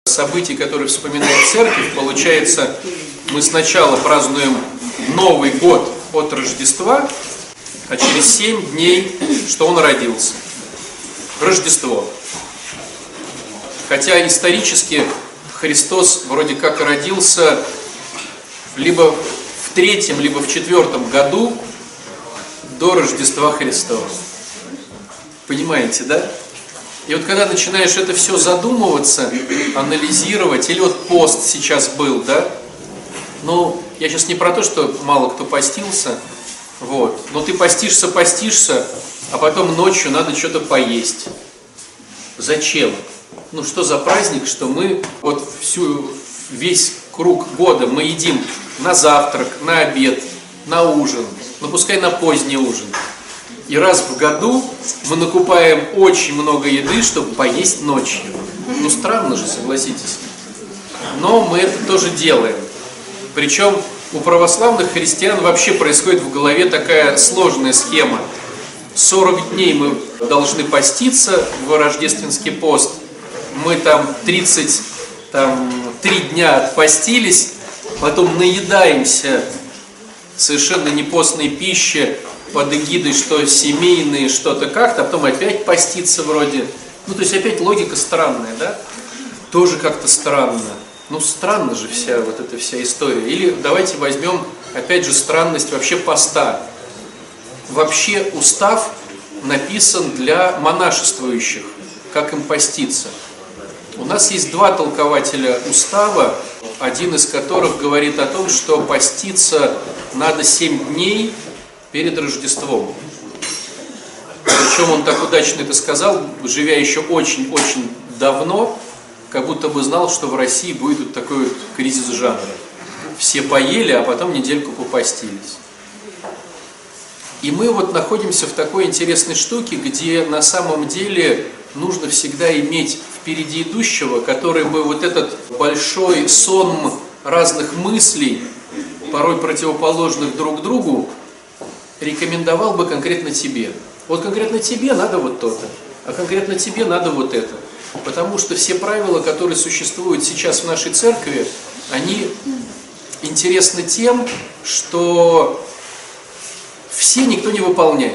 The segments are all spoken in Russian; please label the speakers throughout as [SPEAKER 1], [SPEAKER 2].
[SPEAKER 1] событий, которые вспоминает церковь, получается, мы сначала празднуем Новый год от Рождества, а через 7 дней, что он родился. Рождество. Хотя исторически Христос вроде как родился либо в 3-м, либо в 4-м году до Рождества Христова. Понимаете, да? И вот когда начинаешь это все задумываться, анализировать, или вот пост сейчас был, да? Ну, я сейчас не про то, что мало кто постился, вот. Но ты постишься, а потом ночью надо что-то поесть. Зачем? Ну, что за праздник, что мы вот весь круг года мы едим на завтрак, на обед, на ужин, ну, пускай на поздний ужин. И раз в году мы накупаем очень много еды, чтобы поесть ночью. Ну, странно же, согласитесь. Но мы это тоже делаем. Причем у православных христиан вообще происходит в голове такая сложная схема. 40 дней мы должны поститься в рождественский пост. Мы там 33 дня отпостились, потом наедаемся совершенно непостной пищей, под эгидой, что семейные, что-то как-то, а потом опять поститься вроде. Ну, то есть опять логика странная, да? Тоже как-то странно. Ну, странна же вся история. Или давайте возьмем, опять же, странность вообще поста. Вообще устав написан для монашествующих, как им поститься. У нас есть 2 толкователя устава, один из которых говорит о том, что поститься надо 7 дней перед Рождеством. Причем он так удачно это сказал, живя еще очень-очень давно, как будто бы знал, что в России будет вот такой вот кризис жанра. Все поели, а потом недельку попостились. И мы вот находимся в такой интересной штуке, где на самом деле нужно всегда иметь впереди идущего, который бы вот этот большой сон разных мыслей, порой противоположных друг другу, рекомендовал бы конкретно тебе. Вот конкретно тебе надо вот то-то, а конкретно тебе надо вот это. Потому что все правила, которые существуют сейчас в нашей церкви, они интересны тем, что все никто не выполняет.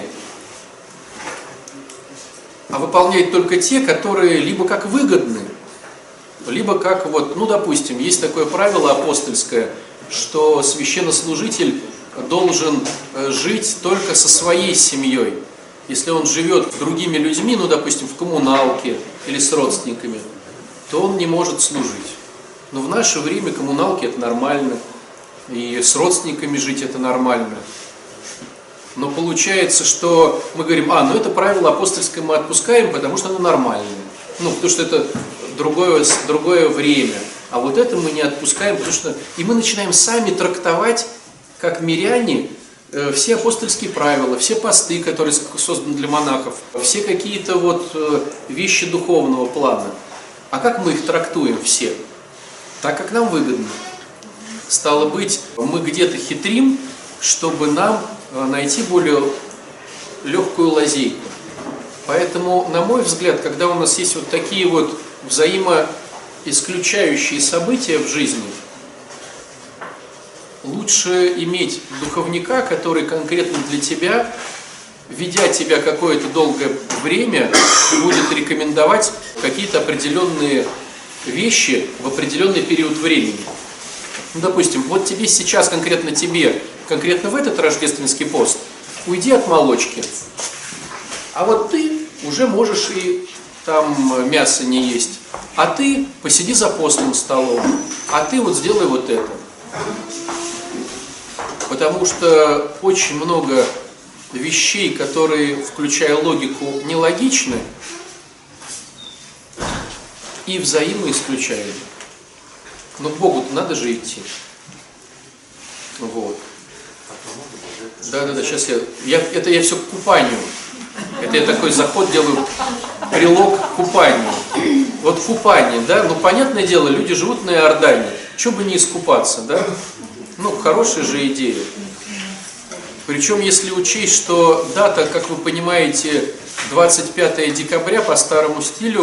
[SPEAKER 1] А выполняют только те, которые либо как выгодны, либо как вот, ну, допустим, есть такое правило апостольское, что священнослужитель должен жить только со своей семьей. Если он живет с другими людьми, ну, допустим, в коммуналке или с родственниками, то он не может служить. Но в наше время коммуналки – это нормально, и с родственниками жить – это нормально. Но получается, что мы говорим, ну это правило апостольское мы отпускаем, потому что оно нормальное. Ну, потому что это другое время. А вот это мы не отпускаем, потому что... И мы начинаем сами трактовать, как миряне, все апостольские правила, все посты, которые созданы для монахов, все какие-то вот вещи духовного плана. А как мы их трактуем все? Так, как нам выгодно. Стало быть, мы где-то хитрим, чтобы нам найти более легкую лазейку. Поэтому, на мой взгляд, когда у нас есть вот такие вот взаимоисключающие события в жизни, лучше иметь духовника, который конкретно для тебя, ведя тебя какое-то долгое время, будет рекомендовать какие-то определенные вещи в определенный период времени. Ну, допустим, вот тебе сейчас, конкретно в этот рождественский пост, уйди от молочки, а вот ты уже можешь и там мясо не есть, а ты посиди за постным столом, а ты вот сделай вот это. Потому что очень много вещей, которые, включая логику, нелогичны и взаимоисключаемы. Но к Богу надо же идти. Вот. Да, сейчас я все к купанию. Это я такой заход делаю, прилог к купанию. Вот купание, да, ну понятное дело, люди живут на Иордании, чего бы не искупаться, да? Ну, хорошая же идея. Причем, если учесть, что дата, как вы понимаете, 25 декабря по старому стилю,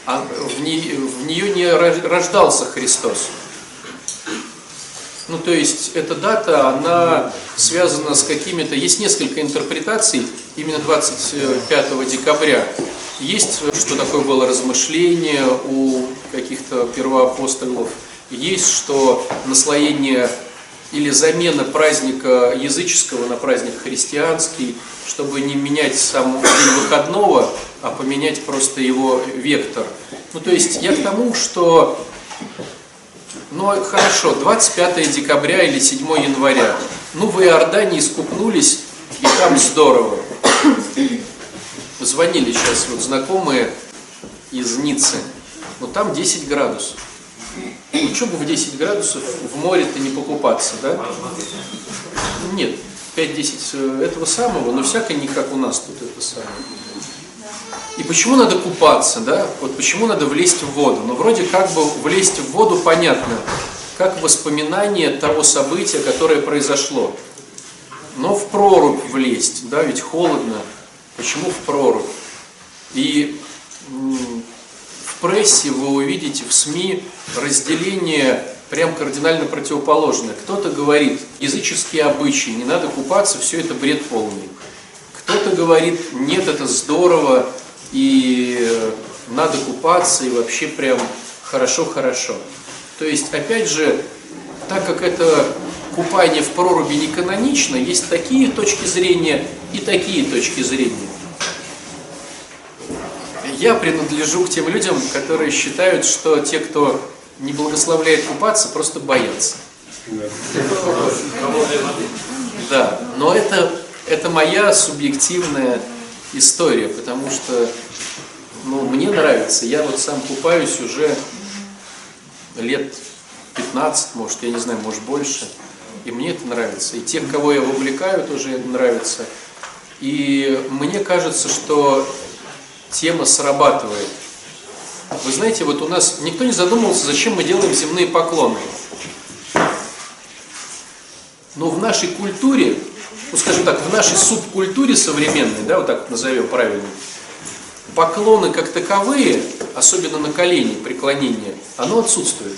[SPEAKER 1] а в нее не рождался Христос. Ну, то есть, эта дата, она связана с какими-то... Есть несколько интерпретаций именно 25 декабря. Есть, что такое было размышление у каких-то первоапостолов. Есть, что наслоение или замена праздника языческого на праздник христианский, чтобы не менять сам день выходного, а поменять просто его вектор. Ну, то есть, я к тому, что... Ну, хорошо, 25 декабря или 7 января. Ну, в Иордании искупнулись, и там здорово. Звонили сейчас вот знакомые из Ниццы. Ну, там 10 градусов. Ну, что бы в 10 градусов в море-то не покупаться, да? Нет, 5-10 этого самого, но всяко не как у нас тут это самое. И почему надо купаться, да? Вот почему надо влезть в воду? Ну, вроде как бы влезть в воду понятно, как воспоминание того события, которое произошло. Но в прорубь влезть, да, ведь холодно. Почему в прорубь? И в прессе вы увидите, в СМИ разделение прям кардинально противоположное. Кто-то говорит, языческие обычаи, не надо купаться, все это бред полный. Кто-то говорит, нет, это здорово, и надо купаться, и вообще прям хорошо-хорошо. То есть, опять же, так как это купание в проруби не канонично, есть такие точки зрения и такие точки зрения. Я принадлежу к тем людям, которые считают, что те, кто не благословляет купаться, просто боятся. Да, но это моя субъективная история, потому что мне нравится. Я вот сам купаюсь уже лет 15, может, я не знаю, может больше. И мне это нравится. И тех, кого я вовлекаю, тоже это нравится. И мне кажется, что тема срабатывает. Вы знаете, вот у нас никто не задумывался, зачем мы делаем земные поклоны. Но в нашей культуре, скажем так, в нашей субкультуре современной, да, вот так вот назовем правильно, поклоны как таковые, особенно на колени, преклонение, оно отсутствует.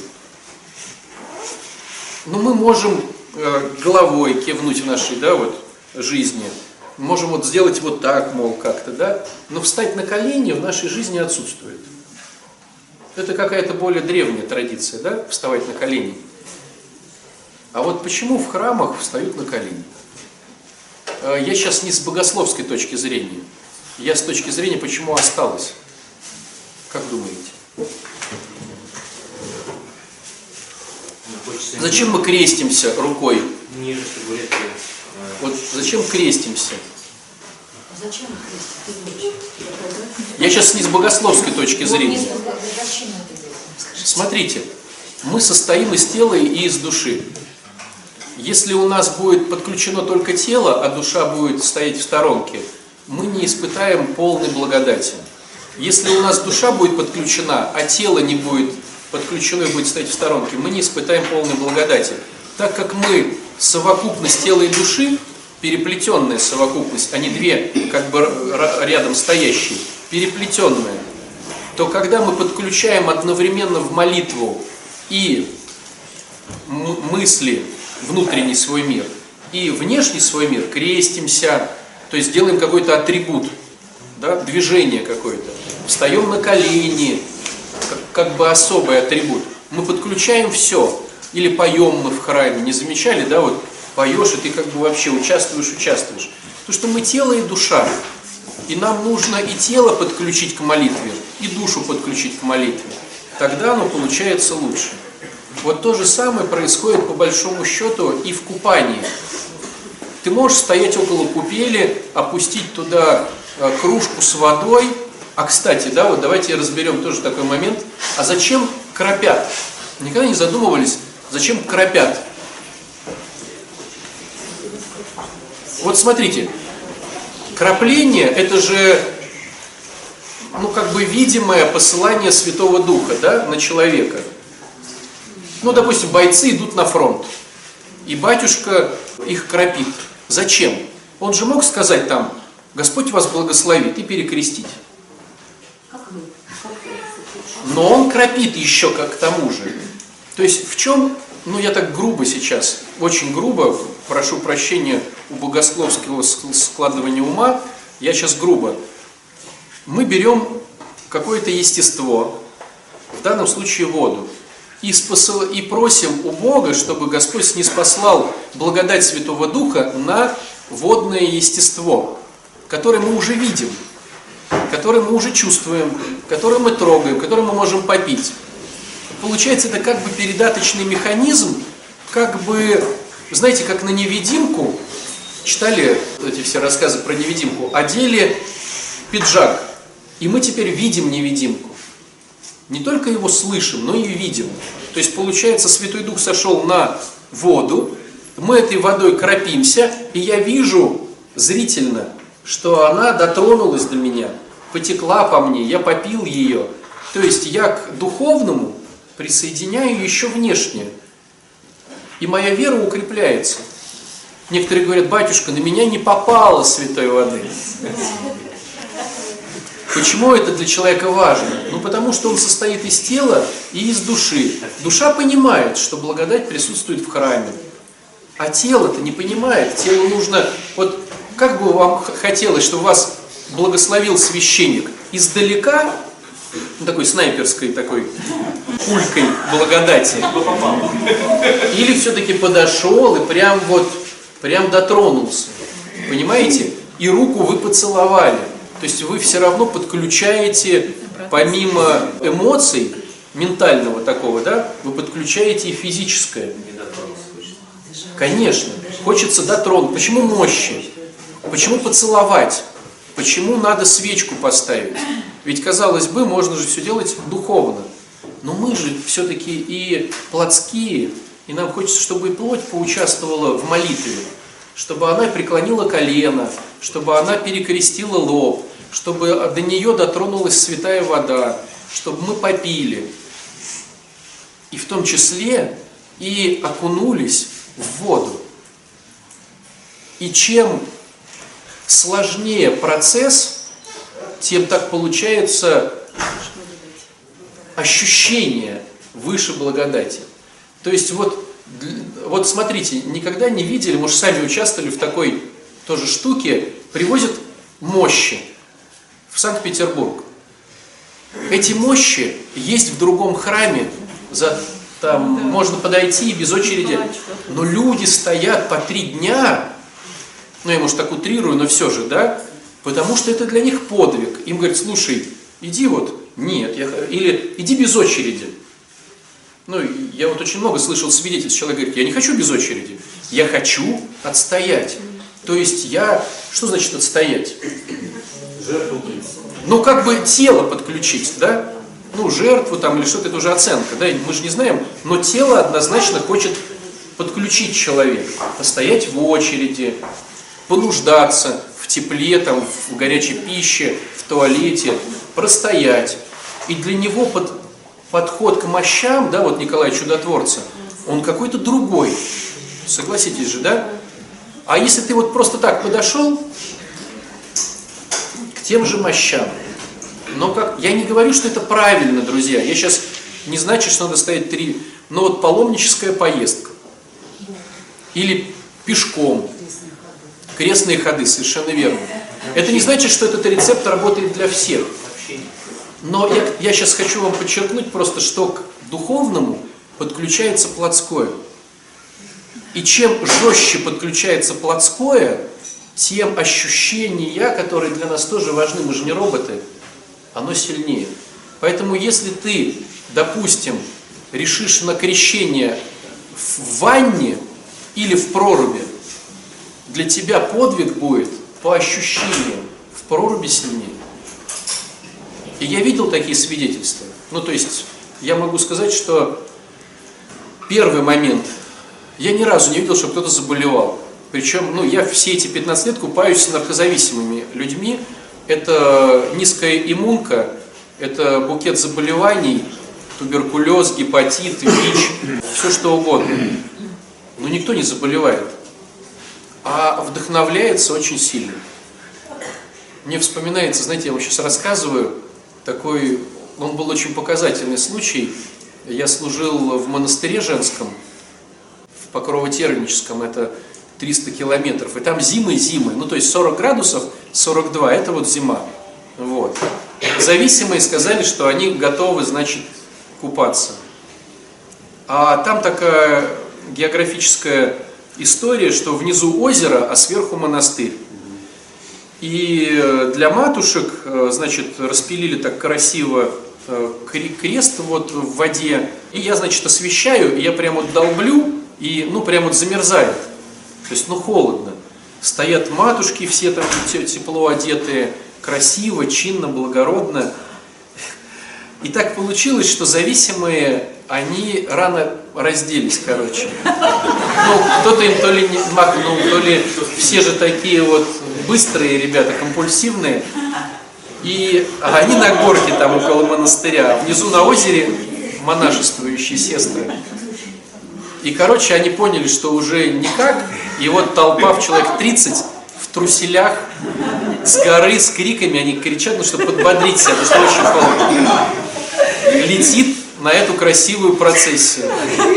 [SPEAKER 1] Но мы можем головой кивнуть в нашей, да, вот, жизни, можем вот сделать вот так, мол, как-то, да, но встать на колени в нашей жизни отсутствует. Это какая-то более древняя традиция, да, вставать на колени. А вот почему в храмах встают на колени? Я сейчас не с богословской точки зрения. Я с точки зрения, почему осталось. Как думаете? Зачем мы крестимся рукой?
[SPEAKER 2] Ниже табуретки.
[SPEAKER 1] Вот зачем крестимся?
[SPEAKER 3] Зачем крестить?
[SPEAKER 1] Я сейчас не с богословской точки зрения.
[SPEAKER 3] Зачем это делать?
[SPEAKER 1] Смотрите, мы состоим из тела и из души. Если у нас будет подключено только тело, а душа будет стоять в сторонке, мы не испытаем полной благодати. Если у нас душа будет подключена, а тело не будет подключено и будет стоять в сторонке, мы не испытаем полной благодати. Так как мы совокупность тела и души, переплетенная совокупность, а не две как бы рядом стоящие, переплетенная, то когда мы подключаем одновременно в молитву и мысли, внутренний свой мир, и внешний свой мир, крестимся, то есть делаем какой-то атрибут, да, движение какое-то, встаем на колени, как бы особый атрибут, мы подключаем все, или поем мы в храме, не замечали, да, вот поешь, и ты как бы вообще участвуешь. Потому что мы тело и душа, и нам нужно и тело подключить к молитве, и душу подключить к молитве, тогда оно получается лучше. Вот то же самое происходит по большому счету и в купании. Ты можешь стоять около купели, опустить туда кружку с водой. А кстати, да, вот давайте разберем тоже такой момент. А зачем кропят? Никогда не задумывались, зачем кропят? Вот смотрите, кропление это же, как бы видимое посылание Святого Духа, да, на человека. Допустим, бойцы идут на фронт, и батюшка их кропит. Зачем? Он же мог сказать там, Господь вас благословит, и перекрестить. но он кропит еще как к тому же. То есть в чем, ну я так грубо сейчас, очень грубо, прошу прощения у богословского складывания ума, я сейчас грубо. Мы берем какое-то естество, в данном случае воду, и просим у Бога, чтобы Господь ниспослал благодать Святого Духа на водное естество, которое мы уже видим, которое мы уже чувствуем, которое мы трогаем, которое мы можем попить. Получается, это как бы передаточный механизм, как бы, знаете, как на невидимку, читали эти все рассказы про невидимку, одели пиджак, и мы теперь видим невидимку. Не только его слышим, но и видим. То есть, получается, Святой Дух сошел на воду, мы этой водой кропимся, и я вижу зрительно, что она дотронулась до меня, потекла по мне, я попил ее. То есть, я к духовному присоединяю еще внешнее. И моя вера укрепляется. Некоторые говорят: батюшка, на меня не попало святой воды. Почему это для человека важно? Ну, потому что он состоит из тела и из души. Душа понимает, что благодать присутствует в храме. А тело-то не понимает. Телу нужно... Вот как бы вам хотелось, чтобы вас благословил священник издалека, такой снайперской такой пулькой благодати, или все-таки подошел и прям дотронулся. Понимаете? И руку вы поцеловали. То есть вы все равно подключаете, помимо эмоций, ментального такого, да, вы подключаете и физическое. Конечно, хочется дотронуть. Почему мощи? Почему поцеловать? Почему надо свечку поставить? Ведь, казалось бы, можно же все делать духовно. Но мы же все-таки и плотские, и нам хочется, чтобы и плоть поучаствовала в молитве, чтобы она преклонила колено, чтобы она перекрестила лоб, чтобы до нее дотронулась святая вода, чтобы мы попили. И в том числе и окунулись в воду. И чем сложнее процесс, тем так получается ощущение выше благодати. То есть вот смотрите, никогда не видели, может, сами участвовали в такой тоже штуке, привозят мощи в Санкт-Петербург. Эти мощи есть в другом храме, там можно подойти без очереди, но люди стоят по 3 дня, ну я, может, так утрирую, но все же, да, потому что это для них подвиг. Им говорят: слушай, иди или иди без очереди. Ну, я вот очень много слышал свидетельств, человек говорит: я не хочу без очереди, я хочу отстоять. То есть что значит отстоять?
[SPEAKER 2] Жертву.
[SPEAKER 1] Ну, как бы тело подключить, да? Ну, жертву там или что-то, это уже оценка, да? Мы же не знаем, но тело однозначно хочет подключить человека, постоять в очереди, понуждаться в тепле, там, в горячей пище, в туалете, простоять. И для него подход к мощам, да, вот Николай Чудотворца, он какой-то другой. Согласитесь же, да? А если ты вот просто так подошел к тем же мощам, но я не говорю, что это правильно, друзья. Я сейчас не значит, что надо стоять 3, но вот паломническая поездка. Или пешком. Крестные ходы, совершенно верно. Это не значит, что этот рецепт работает для всех. Но я сейчас хочу вам подчеркнуть просто, что к духовному подключается плотское. И чем жестче подключается плотское, тем ощущения, которые для нас тоже важны, мы же не роботы, оно сильнее. Поэтому если ты, допустим, решишь на крещение в ванне или в проруби, для тебя подвиг будет по ощущениям в проруби сильнее. И я видел такие свидетельства. Ну, то есть, я могу сказать, что первый момент, я ни разу не видел, что кто-то заболевал. Причем, я все эти 15 лет купаюсь с наркозависимыми людьми. Это низкая иммунка, это букет заболеваний, туберкулез, гепатит, ВИЧ, все что угодно. Но никто не заболевает, а вдохновляется очень сильно. Мне вспоминается, знаете, я вам сейчас рассказываю, такой он был очень показательный случай. Я служил в монастыре женском, в Покрово-Термическом, это 300 километров. И там зимы, ну то есть 40 градусов, 42, это вот зима. Вот. Зависимые сказали, что они готовы, значит, купаться. А там такая географическая история, что внизу озеро, а сверху монастырь. И для матушек, значит, распилили так красиво крест вот в воде. И я, значит, освещаю, и я прямо вот долблю, и, ну, прямо вот замерзает. То есть, ну, холодно. Стоят матушки, все там тепло одетые, красиво, чинно, благородно. И так получилось, что зависимые, они рано разделись, короче. Ну, кто-то им то ли не махнул, то ли все же такие вот быстрые ребята, компульсивные. И они на горке там около монастыря, внизу на озере монашествующие сестры. И, короче, они поняли, что уже никак, и вот толпа в человек 30 в труселях с горы, с криками, они кричат, ну, чтобы подбодрить себя, потому что очень холодно. Летит на эту красивую процессию.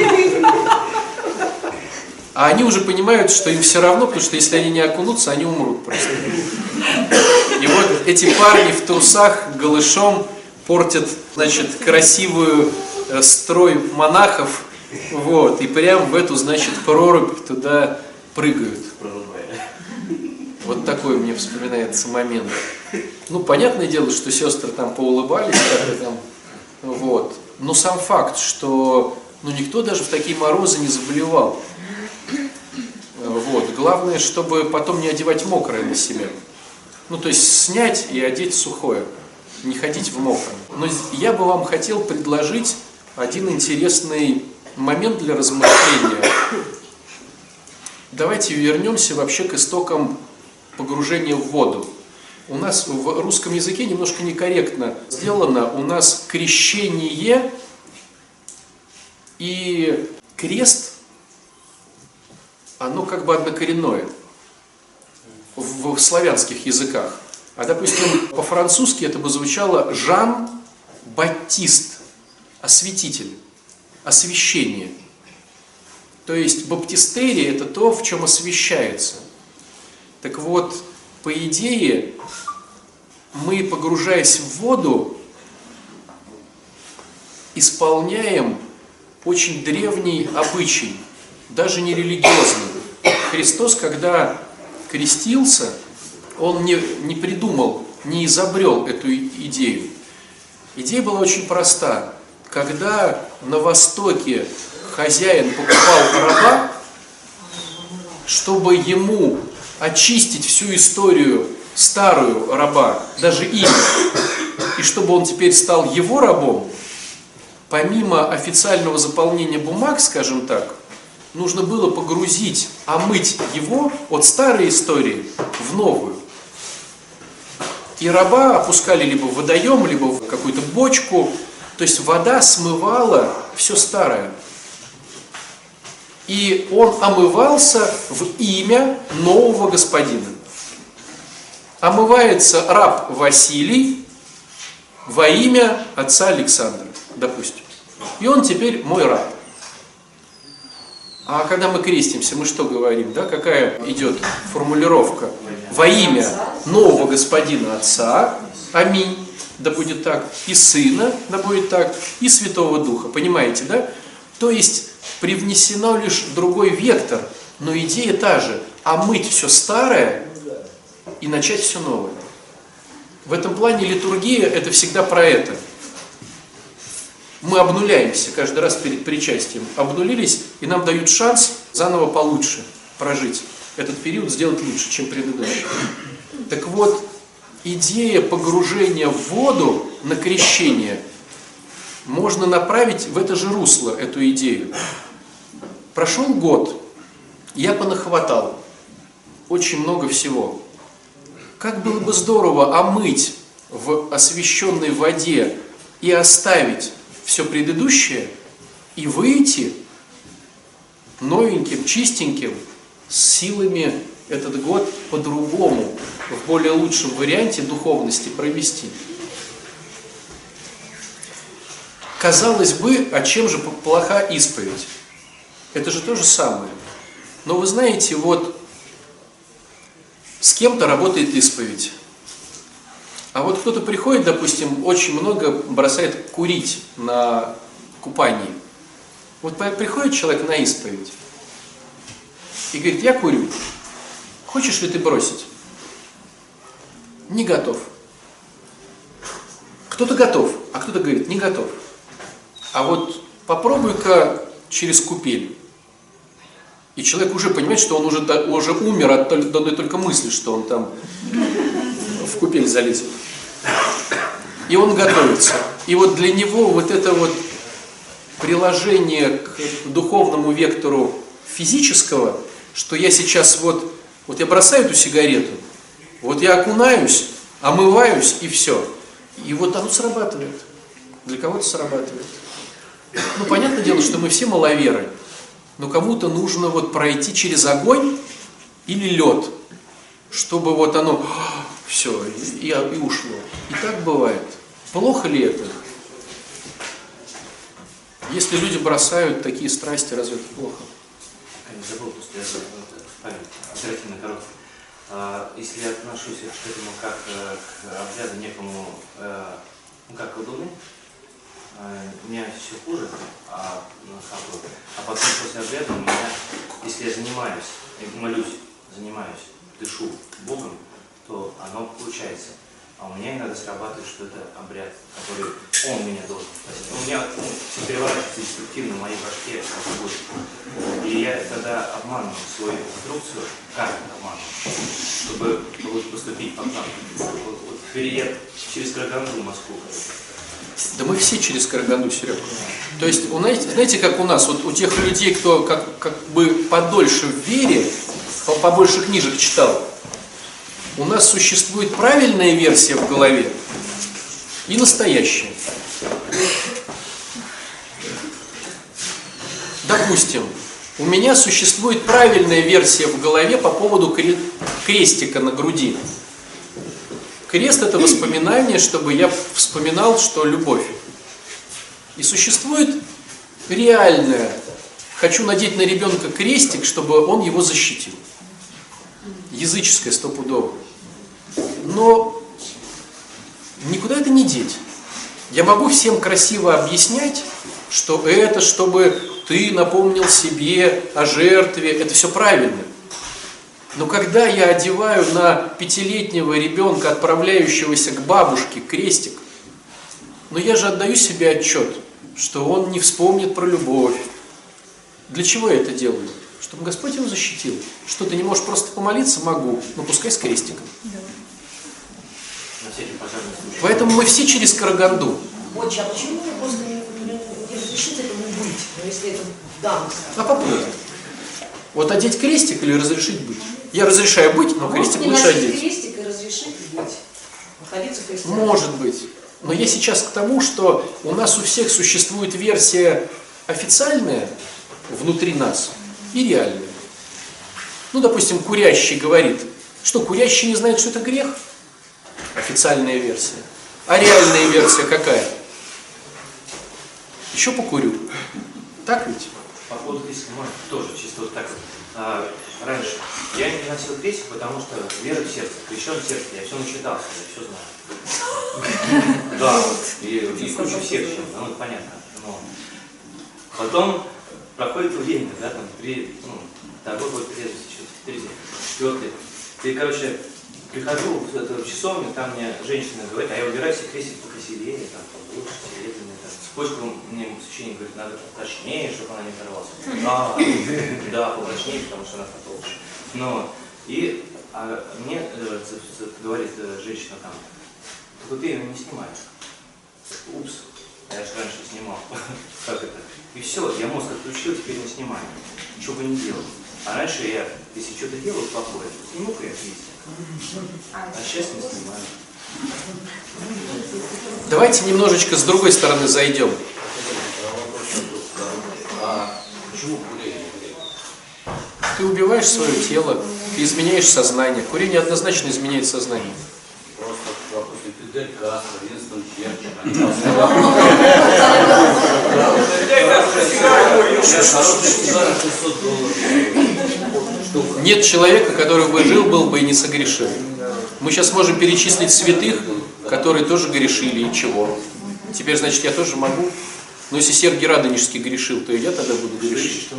[SPEAKER 1] А они уже понимают, что им все равно, потому что если они не окунутся, они умрут просто. И вот эти парни в трусах голышом портят, значит, красивую строй монахов, вот, и прям в эту, значит, прорубь туда прыгают. Вот такой мне вспоминается момент. Ну, понятное дело, что сестры там поулыбались, как-то там, вот. Но сам факт, что, ну, никто даже в такие морозы не заболевал. Вот. Главное, чтобы потом не одевать мокрое на себя. Ну, то есть снять и одеть сухое. Не ходить в мокром. Но я бы вам хотел предложить один интересный момент для размышления. Давайте вернемся вообще к истокам погружения в воду. У нас в русском языке немножко некорректно сделано. У нас крещение и крест, оно как бы однокоренное в славянских языках. А, допустим, по-французски это бы звучало Жан-Баптист, осветитель, освящение. То есть баптистерия – это то, в чем освящается. Так вот, по идее, мы, погружаясь в воду, исполняем очень древний обычай, даже не религиозный. Христос, когда крестился, он не придумал, не изобрел эту идею. Идея была очень проста. Когда на Востоке хозяин покупал раба, чтобы ему очистить всю историю старую раба, даже имя, и чтобы он теперь стал его рабом, помимо официального заполнения бумаг, скажем так, нужно было погрузить, омыть его от старой истории в новую. И раба опускали либо в водоем, либо в какую-то бочку, то есть вода смывала все старое. И он омывался в имя нового господина. Омывается раб Василий во имя отца Александра, допустим. И он теперь мой раб. А когда мы крестимся, мы что говорим, да? Какая идет формулировка? Во имя нового господина отца, аминь, да будет так, и сына, да будет так, и Святого Духа. Понимаете, да? То есть привнесено лишь другой вектор, но идея та же. Омыть все старое и начать все новое. В этом плане литургия – это всегда про это. Мы обнуляемся каждый раз перед причастием. Обнулились, и нам дают шанс заново получше прожить этот период, сделать лучше, чем предыдущий. Так вот, идея погружения в воду на крещение можно направить в это же русло, эту идею. Прошел год, я понахватал очень много всего. Как было бы здорово омыть в освященной воде и оставить все предыдущее и выйти новеньким, чистеньким, с силами этот год по-другому, в более лучшем варианте духовности провести. Казалось бы, а чем же плоха исповедь? Это же то же самое. Но вы знаете, вот с кем-то работает исповедь. А вот кто-то приходит, допустим, очень много бросает курить на купании. Вот приходит человек на исповедь и говорит: я курю. Хочешь ли ты бросить? Не готов. Кто-то готов, а кто-то говорит: не готов. А вот попробуй-ка через купель. И человек уже понимает, что он уже умер от одной только мысли, что он там в купель залезет. И он готовится. И вот для него вот это вот приложение к духовному вектору физического, что я сейчас вот я бросаю эту сигарету, вот я окунаюсь, омываюсь и все. И вот оно срабатывает. Для кого-то срабатывает. Ну, понятное дело, что мы все маловеры, но кому-то нужно вот пройти через огонь или лед, чтобы вот оно все и ушло. И так бывает. Плохо ли это? Если люди бросают такие страсти, разве это плохо?
[SPEAKER 4] Я не забыл, после память оперативно короткий. Если я отношусь к этому как к обряду некому, как к колдуны, у меня все хуже, а потом после обряда у меня, если я занимаюсь, молюсь, дышу Богом, то оно получается. А у меня иногда срабатывает, что это обряд, который он меня должен спасти. У меня все переворачивается деструктивно в моей башке, как будет. И я тогда обманываю свою инструкцию, как обманываю, чтобы поступить по плану. Вот переезд через Караганду в Москву.
[SPEAKER 1] Да мы все через Караганду, Серега. То есть, знаете, как у нас, вот у тех людей, кто как бы подольше в вере, побольше книжек читал, у нас существует правильная версия в голове и настоящая. Допустим, у меня существует правильная версия в голове по поводу крестика на груди. Крест – это воспоминание, чтобы я вспоминал, что любовь. И существует реальное. Хочу надеть на ребенка крестик, чтобы он его защитил. Языческое стопудово. Но никуда это не деть. Я могу всем красиво объяснять, что это, чтобы ты напомнил себе о жертве, это все правильно. Но когда я одеваю на 5-летнего ребенка, отправляющегося к бабушке, крестик, но я же отдаю себе отчет, что он не вспомнит про любовь. Для чего я это делаю? Чтобы Господь его защитил. Что, ты не можешь просто помолиться? Могу, но пускай с крестиком.
[SPEAKER 3] Да.
[SPEAKER 1] Поэтому мы все через Караганду.
[SPEAKER 3] Отче, а почему вы просто не разрешите этому быть? Но если это данность.
[SPEAKER 1] А попробуй. Вот одеть крестик или разрешить быть? Я разрешаю быть, но крестик лучше одеть.
[SPEAKER 3] Крестик и разрешить быть. Находиться в христианстве.
[SPEAKER 1] Может быть. Но я сейчас к тому, что у нас у всех существует версия официальная внутри нас и реальная. Ну, допустим, курящий говорит, что курящий не знает, что это грех? Официальная версия. А реальная версия какая? Еще покурю. Так ведь?
[SPEAKER 4] По поводу крестика, может, тоже чисто вот так вот. Раньше я не носил крестик, потому что вера в сердце, крещен в сердце, я все начитался, я все знаю. Да, и кучу всех чем, ну это понятно. Но потом проходит время, да, там, второй год трезвости, третий, четвертый. И, короче, прихожу в часовню, там мне женщина говорит, а я выбираю себе крестик покрасивее, там, побольше, серебряный, там. Спочку мне священник говорит, надо точнее, чтобы она не оторвалась. Да, помрачнее, потому что она потолще. Но, и мне говорит женщина там, только ты ее не снимаешь. Упс, я же раньше снимал. Как это? И все, я мозг отключил, теперь не снимаю. Что бы ни делал. А раньше я, если что-то делаю плохое, сниму-ка я крестик. А сейчас не снимаю.
[SPEAKER 1] Давайте немножечко с другой стороны зайдем.
[SPEAKER 2] Почему курение?
[SPEAKER 1] Ты убиваешь свое тело, ты изменяешь сознание. Курение однозначно изменяет сознание.
[SPEAKER 2] Просто вопрос эпидемии. Кастро, Винстон Черчилль.
[SPEAKER 1] Нет человека, который бы жил, был бы и не согрешил. Мы сейчас можем перечислить святых, которые тоже грешили, и чего. Теперь, значит, я тоже могу. Но если Сергий Радонежский грешил, то и я тогда буду грешить.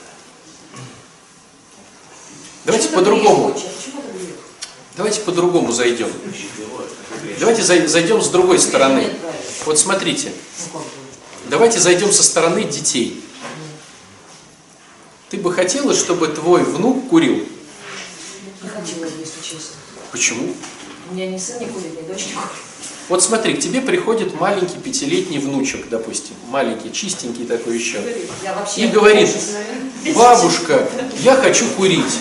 [SPEAKER 1] Давайте по-другому. Давайте по-другому зайдем. Давайте зайдем с другой стороны. Вот смотрите. Давайте зайдем со стороны детей. Ты бы хотела, чтобы твой внук курил?
[SPEAKER 3] Не хотела, если честно.
[SPEAKER 1] Почему?
[SPEAKER 3] У меня ни сын не курит, ни дочь не курит.
[SPEAKER 1] Вот смотри, к тебе приходит маленький 5-летний внучек, допустим, маленький, чистенький такой еще,
[SPEAKER 3] Я вообще
[SPEAKER 1] и говорит: бабушка, я хочу курить.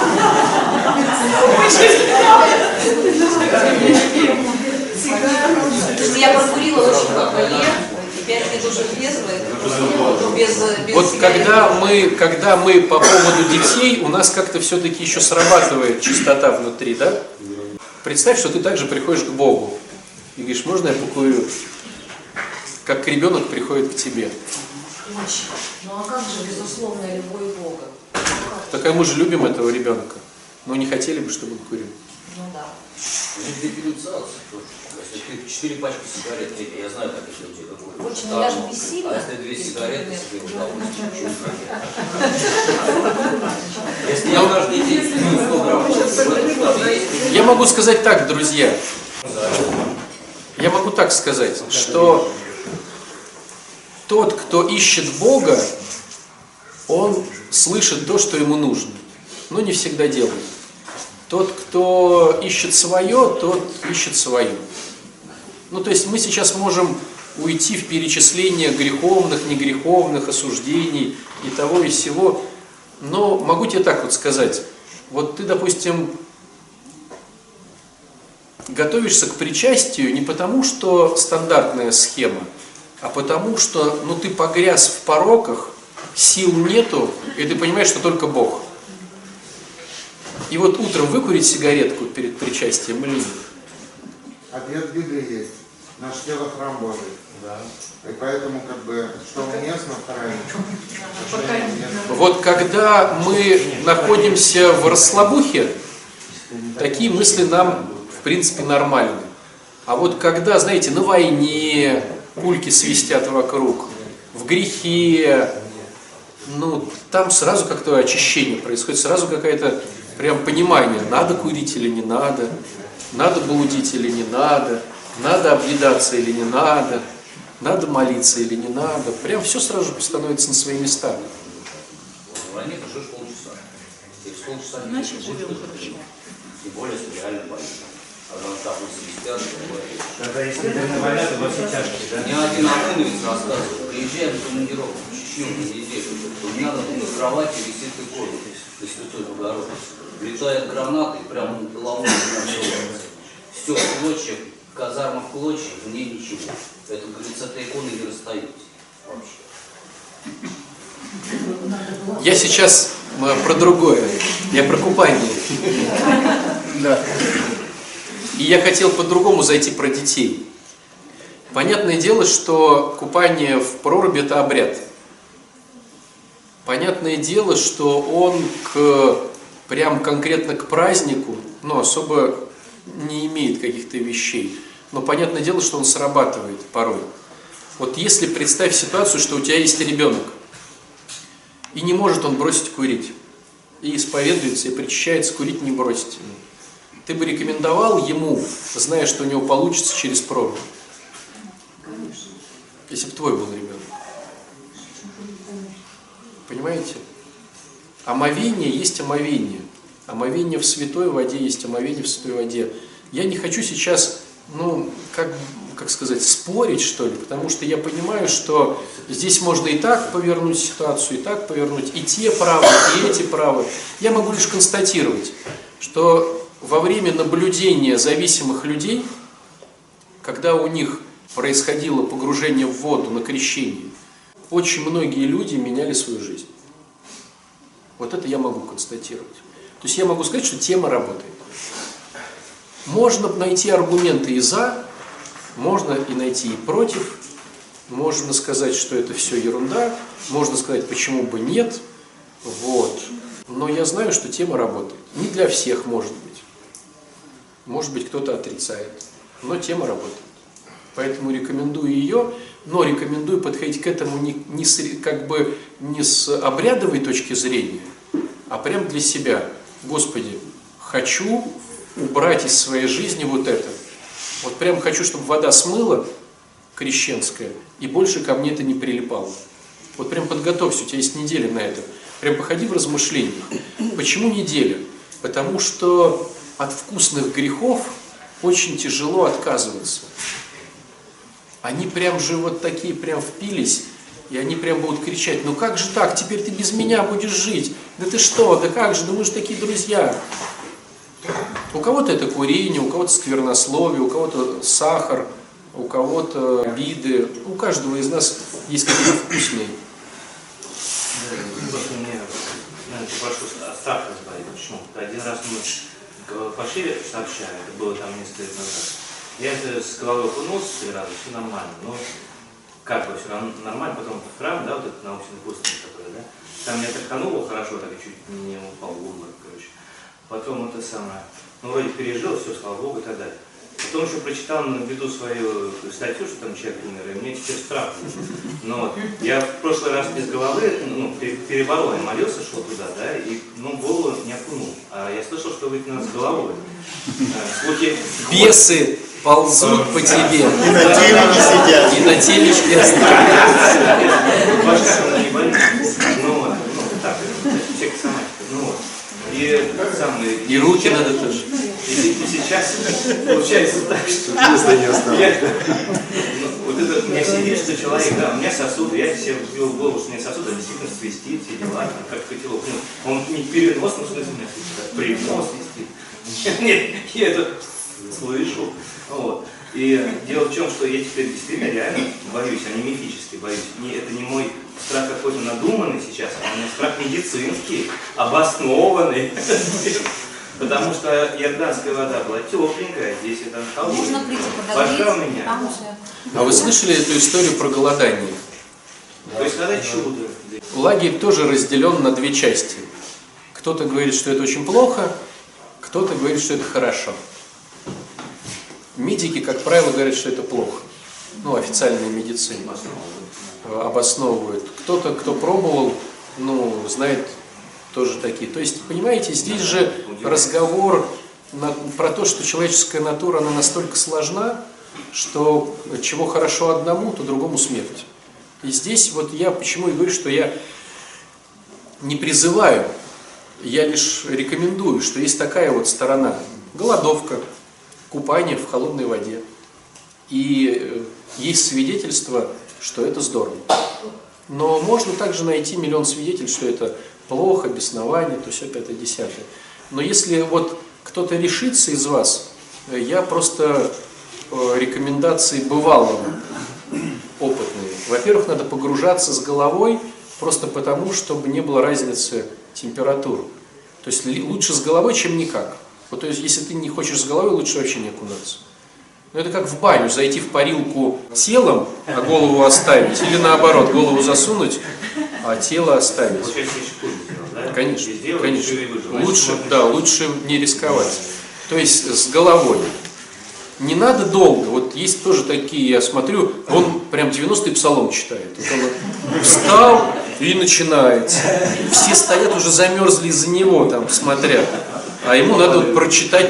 [SPEAKER 3] Я прокурила очень много лет, и 5 лет уже без
[SPEAKER 1] Вот
[SPEAKER 3] сигарет.
[SPEAKER 1] когда мы по поводу детей, у нас как-то все-таки еще срабатывает чистота внутри, да? Представь, что ты также приходишь к Богу и говоришь: можно я покурю? Как ребенок приходит к тебе.
[SPEAKER 3] Очень. Ну а как же безусловная любовь Бога?
[SPEAKER 1] Так а мы же любим этого ребенка, но не хотели бы, чтобы он курил.
[SPEAKER 3] Ну да.
[SPEAKER 2] Дефилизация тоже. Если ты 4 пачки сигарет, я знаю, как это у тебя какое.
[SPEAKER 3] Очень, но я же бессильна.
[SPEAKER 2] А если 2 сигареты, себе удовольствие, ничего не Если я каждый день 100 грамм,
[SPEAKER 1] Я могу сказать так, друзья. Я могу так сказать, что тот, кто ищет Бога, он слышит то, что ему нужно, но не всегда делает. Тот, кто ищет свое, тот ищет свое. Ну, то есть мы сейчас можем уйти в перечисление греховных, негреховных, осуждений и того и сего. Но могу тебе так вот сказать. Вот ты, допустим, готовишься к причастию не потому, что стандартная схема, а потому, что ты погряз в пороках, сил нету, и ты понимаешь, что только Бог. И вот утром выкурить сигаретку перед причастием или нет?
[SPEAKER 5] Ответ в Библии есть. Наше тело храм Божий. Да. И поэтому, что уместно, вторая.
[SPEAKER 1] Вот когда мы находимся в расслабухе, такие мысли нам, в принципе, нормальны. А вот когда, знаете, на войне пульки свистят вокруг, в грехе, там сразу как-то очищение происходит, сразу какое-то прям понимание, надо курить или не надо, надо блудить или не надо, надо объедаться или не надо, надо молиться или не надо. Прям все сразу же становится на свои места.
[SPEAKER 2] В войне пошешь полчаса. Через полчаса значит, живем хорошо. Тем более, если реально боишься. А там так вот свистят,
[SPEAKER 4] Когда если длинная война, то во все тяжкие, да?
[SPEAKER 2] Мне один ОМОНовец рассказывал, приезжаем в командировку в Чечню на неделю, у меня на кровати висит икона Пресвятой Богородицы. Летает граната и прямо на голову начинается. Все в клочья, казарма в клочья, в ней ничего. Это, говорит, с этой иконой не расстаетесь вообще.
[SPEAKER 1] Я сейчас про другое, я про купание. Да. И я хотел по-другому зайти про детей. Понятное дело, что купание в проруби – это обряд. Понятное дело, что он прям конкретно к празднику, особо не имеет каких-то вещей. Но понятное дело, что он срабатывает порой. Вот если представь ситуацию, что у тебя есть ребенок, и не может он бросить курить, и исповедуется, и причащается, курить не бросить. Ты бы рекомендовал ему, зная, что у него получится через прорубь? Конечно. Если бы твой был ребенок. Понимаете? Омовение есть омовение. Омовение в святой воде есть омовение в святой воде. Я не хочу сейчас, как сказать, спорить, что ли, потому что я понимаю, что здесь можно и так повернуть ситуацию, и так повернуть, и те правы, и эти правы. Я могу лишь констатировать, что во время наблюдения зависимых людей, когда у них происходило погружение в воду на крещение, очень многие люди меняли свою жизнь. Вот это я могу констатировать. То есть я могу сказать, что тема работает. Можно найти аргументы и за, Можно и найти и против, можно сказать, что это все ерунда, можно сказать, почему бы нет, вот. Но я знаю, что тема работает. Не для всех, может быть, кто-то отрицает, но тема работает. Поэтому рекомендую ее, но рекомендую подходить к этому не с обрядовой точки зрения, а прям для себя. Господи, хочу убрать из своей жизни вот это. Вот прям хочу, чтобы вода смыла, крещенская, и больше ко мне это не прилипало. Вот прям подготовься, у тебя есть неделя на это. Прям походи в размышлениях. Почему неделя? Потому что от вкусных грехов очень тяжело отказываться. Они прям же вот такие прям впились, и они прям будут кричать: ну как же так, теперь ты без меня будешь жить? Да ты что, да как же, да мы же такие друзья. У кого-то это курение, у кого-то сквернословие, у кого-то сахар, у кого-то обиды. У каждого из нас есть какие-то вкусные.
[SPEAKER 4] Просто мне, наверное, прошу от страха избавить. Почему? Один раз мы пошли сообща, это было там несколько лет назад. Я это с головой окунулся 3 раза, все нормально. Но как бы все нормально, потом в храм, да, вот этот научный курс, который, да, там меня тряхануло хорошо, так и чуть не упал в обморок, короче. Потом это самое, ну вроде пережил, все, слава Богу, и так далее. Потом еще прочитал на виду свою статью, что там человек умер, и мне теперь страх. Но вот, я в прошлый раз без головы, ну, переборол, я молился, шел туда, да, и, ну, голову не окунул. А я слышал, что вы надо с головой.
[SPEAKER 1] Бесы ползут по тебе.
[SPEAKER 6] И на теле не сидят.
[SPEAKER 1] И на телечке
[SPEAKER 4] Башка она не болит. Ну вот, так, психосоматика. Ну вот. И
[SPEAKER 1] руки надо тоже.
[SPEAKER 4] И сейчас получается так, что вот это у меня сидит, что человек, да, у меня сосуд, я себе вбил в голову, что у меня сосуд, это действительно свистит, все дела, как котелок. Ну, он не переносный, в смысле, у меня свистит, принос свистит. Нет, я это слышу. Вот. И дело в чем, что я теперь действительно реально боюсь, а не мифически боюсь. Это не мой страх какой-то надуманный сейчас, а у меня страх медицинский, обоснованный. Потому что иорданская вода была тепленькая, здесь это холодная.
[SPEAKER 3] Можно прийти
[SPEAKER 4] Башка у
[SPEAKER 3] подогреть,
[SPEAKER 4] меня.
[SPEAKER 3] там уже.
[SPEAKER 1] А вы слышали эту историю про голодание?
[SPEAKER 4] То есть когда чудо.
[SPEAKER 1] Лагерь тоже разделен на 2 части. Кто-то говорит, что это очень плохо, кто-то говорит, что это хорошо. Медики, как правило, говорят, что это плохо. Ну, официальная медицина обосновывает. Кто-то, кто пробовал, ну, знает тоже такие. То есть, понимаете, здесь же разговор про то, что человеческая натура, она настолько сложна, что чего хорошо одному, то другому смерть. И здесь вот я почему и говорю, что я не призываю, я лишь рекомендую, что есть такая вот сторона. Голодовка, купание в холодной воде. И есть свидетельство, что это здорово. Но можно также найти миллион свидетельств, что это плохо, беснование, то все 5-е, 10-е. Но если вот кто-то решится из вас, я просто рекомендации бывалого опытные. Во-первых, надо погружаться с головой, просто потому, чтобы не было разницы температур. То есть лучше с головой, чем никак. Вот, то есть, если ты не хочешь с головой, лучше вообще не окунаться. Но это как в баню, зайти в парилку телом, а голову оставить, или наоборот, голову засунуть, а тело оставить. Конечно, конечно. Лучше, да, лучше не рисковать. То есть с головой. Не надо долго. Вот есть тоже такие, я смотрю, он прям 90-й псалом читает. Вот он встал и начинает. Все стоят, уже замерзли из-за него, там, смотрят. А ему надо вот прочитать.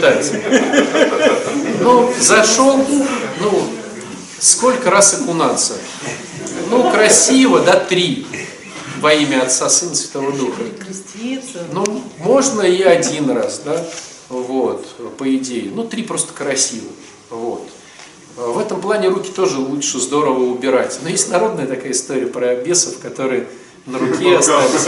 [SPEAKER 1] Ну, зашел, ну, сколько раз окунаться? Ну, красиво, да, 3. Во имя Отца, Сына, Святого Духа. Ну, можно и 1 раз, да, вот, по идее. Ну, 3 просто красиво, вот. В этом плане руки тоже лучше здорово убирать. Но есть народная такая история про бесов, которые на руке остались.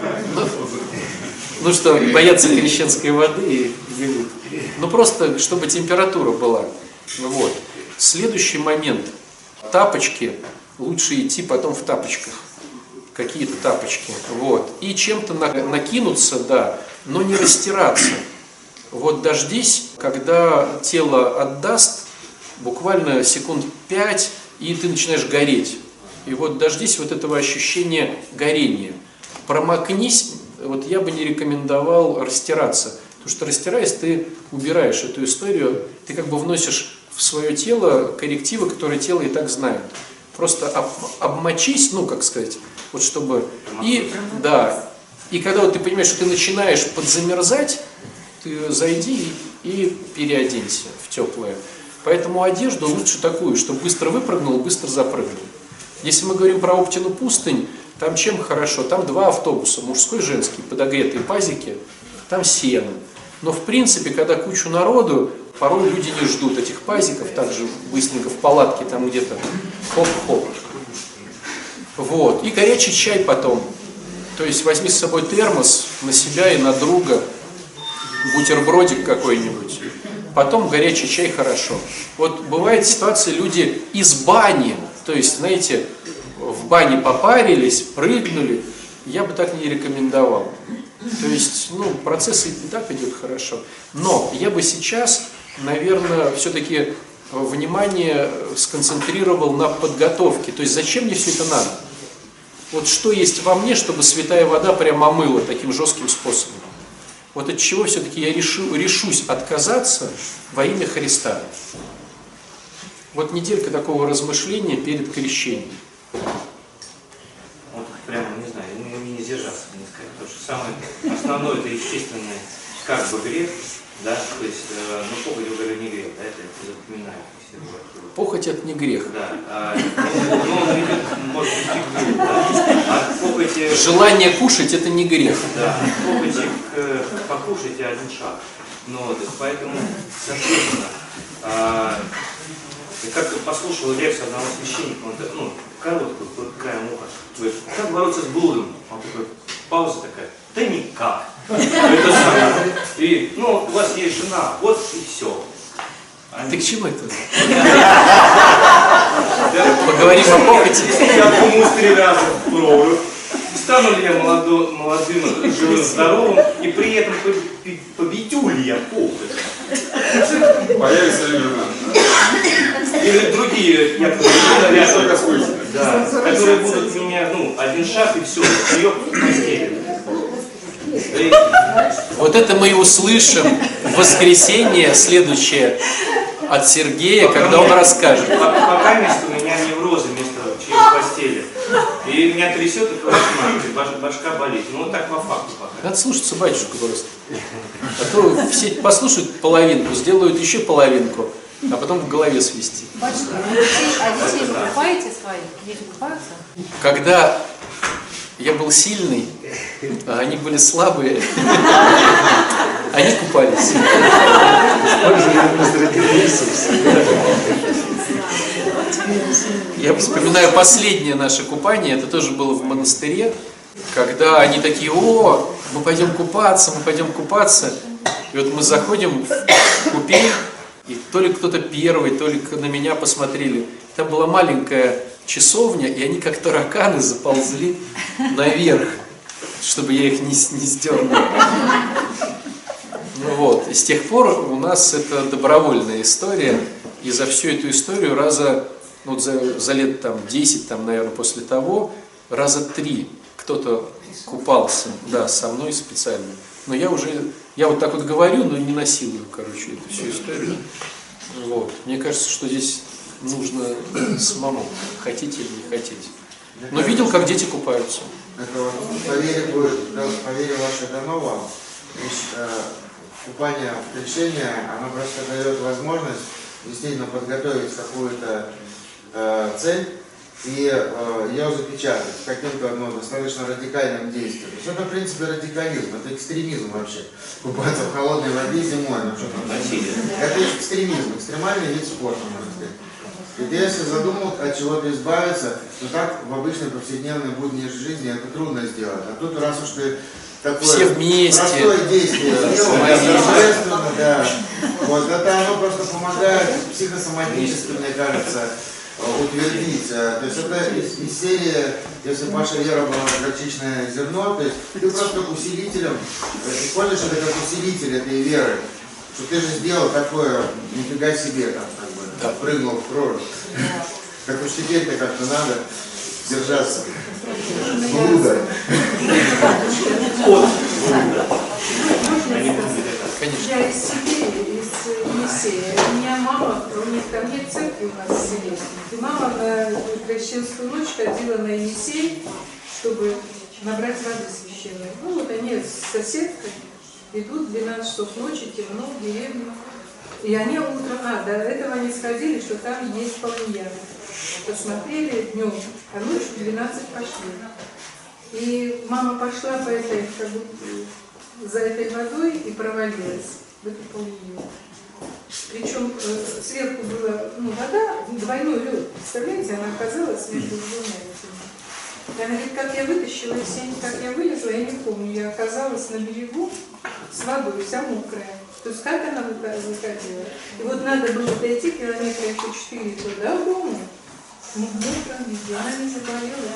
[SPEAKER 1] Ну что, боятся крещенской воды и бегут. Ну просто, чтобы температура была. Вот. Следующий момент. Тапочки. Лучше идти потом в тапочках. Какие-то тапочки. Вот. И чем-то накинуться, да, но не растираться. Вот дождись, когда тело отдаст буквально секунд 5, и ты начинаешь гореть. И вот дождись вот этого ощущения горения. Промокнись, вот я бы не рекомендовал растираться. Потому что растираясь, ты убираешь эту историю, ты как бы вносишь в свое тело коррективы, которые тело и так знает. Просто обмочись, ну, как сказать, вот чтобы... И, да, и когда вот ты понимаешь, что ты начинаешь подзамерзать, ты зайди и переоденься в теплое. Поэтому одежду лучше такую, чтобы быстро выпрыгнул, быстро запрыгнул. Если мы говорим про Оптину пустынь, там чем хорошо? Там 2 автобуса, мужской и женский, подогретые пазики, там сено. Но в принципе, когда кучу народу, порой люди не ждут этих пазиков, также быстренько в палатке там где-то хоп-хоп. Вот. И горячий чай потом. То есть возьми с собой термос на себя и на друга, бутербродик какой-нибудь. Потом горячий чай хорошо. Вот бывает ситуация, люди из бани, то есть, знаете, в бане попарились, прыгнули, я бы так не рекомендовал. То есть, ну, процесс и так идет хорошо. Но я бы сейчас, наверное, все-таки внимание сконцентрировал на подготовке. То есть, зачем мне все это надо? Вот что есть во мне, чтобы святая вода прямо омыла таким жестким способом? Вот от чего все-таки я решусь отказаться во имя Христа? Вот неделька такого размышления перед крещением.
[SPEAKER 4] Вот прямо, не знаю, не сдержаться, не сказать. Потому что самое основное, это естественный как бы грех, да, то есть, ну, похоть, говорю, не грех, да, это запоминаю.
[SPEAKER 1] Похоть – это не грех.
[SPEAKER 4] Да, но он ведет, может быть, к греху, да. А похоть...
[SPEAKER 1] Желание кушать – это не грех.
[SPEAKER 4] Да, похоть покушать – один шаг. Ну, вот, поэтому, соответственно, я как-то послушал лекцию одного священника, он, ну, короткую, краем уха, говорит, как бороться с блудом? Он такой, пауза такая, да никак. Это самое. И, ну, у вас есть жена, вот и все.
[SPEAKER 1] Ты к чему это? Поговорим о похоти.
[SPEAKER 4] Я думаю, 3 раза пробую. Стану ли я молодым, живым, здоровым, и при этом победю ли я похоть?
[SPEAKER 6] Появится ли жена?
[SPEAKER 4] Или другие, да, которые будут меня, ну, один шаг и все, ее в постели.
[SPEAKER 1] Вот это мы и услышим в воскресенье следующее от Сергея, когда он расскажет.
[SPEAKER 4] Пока у меня неврозы вместо через постели. И меня трясет, и башка болит. Ну вот так по факту пока.
[SPEAKER 1] Надо слушаться батюшку просто. А то все послушают половинку, сделают еще половинку, а потом в голове свести.
[SPEAKER 3] Батюшка, а детей вы купаете своих? Дети купаются?
[SPEAKER 1] Когда я был сильный, а они были слабые, они купались. Я вспоминаю последнее наше купание, это тоже было в монастыре, когда они такие: о, мы пойдем купаться, мы пойдем купаться. И вот мы заходим в купель, и то ли кто-то первый, то ли на меня посмотрели. Там была маленькая часовня, и они как тараканы заползли наверх, чтобы я их не сдернул. Ну вот, и с тех пор у нас это добровольная история, и за всю эту историю ну, за лет там 10, там, наверное, после того, раза 3 кто-то купался, да, со мной специально. Но я вот так вот говорю, но не насилую, короче, эту всю историю. Вот. Мне кажется, что здесь нужно самому, хотите или не хотите. Но видел, как дети купаются.
[SPEAKER 5] Это вот по вере вашей дано вам. Купание в крещение, оно просто дает возможность действительно подготовить какую-то цель и ее запечатать каким-то достаточно радикальным действием. То есть это, в принципе, радикализм, это экстремизм вообще. Купаться в холодной воде зимой, ну что там, это экстремизм, экстремальный вид спорта, можно сказать. И ты, если задумал от чего-то избавиться, то так в обычной повседневной будней жизни это трудно сделать. А тут, раз уж ты такое
[SPEAKER 1] все вместе,
[SPEAKER 5] простое действие, естественно, да. Вот это оно просто помогает психосоматически, мне кажется, утвердить. То есть это из серии, если бы ваша вера была горчичное зерно, то есть ты просто усилителем, используешь это как усилитель этой веры, что ты же сделал такое, нифига себе там, как бы. прыгнул в прорубь. Так уж теперь-то как-то надо держаться. Блуда.
[SPEAKER 6] Я из Сибири, из Енисея. У меня мама, у них там нет церкви у нас в селе. И мама на крещенскую ночь ходила на Енисей, чтобы набрать воды священной. Ну вот они с соседкой идут в 12 часов ночи, темно, в деревню. И они утром, до этого они сходили, что там есть полыньяны. Посмотрели днем, а ночью в 12 пошли. И мама пошла по этой, как бы, за этой водой и провалилась в эту полынью. Причем сверху была вода, двойной лед. Представляете, она оказалась между двумя этими. И она говорит, как я вытащила из сени, как я вылезла, я не помню. Я оказалась на берегу с водой, вся мокрая. То есть как она выходила? И вот надо было дойти километра еще 4 туда, в дому. В мокром виде. Она не заболела.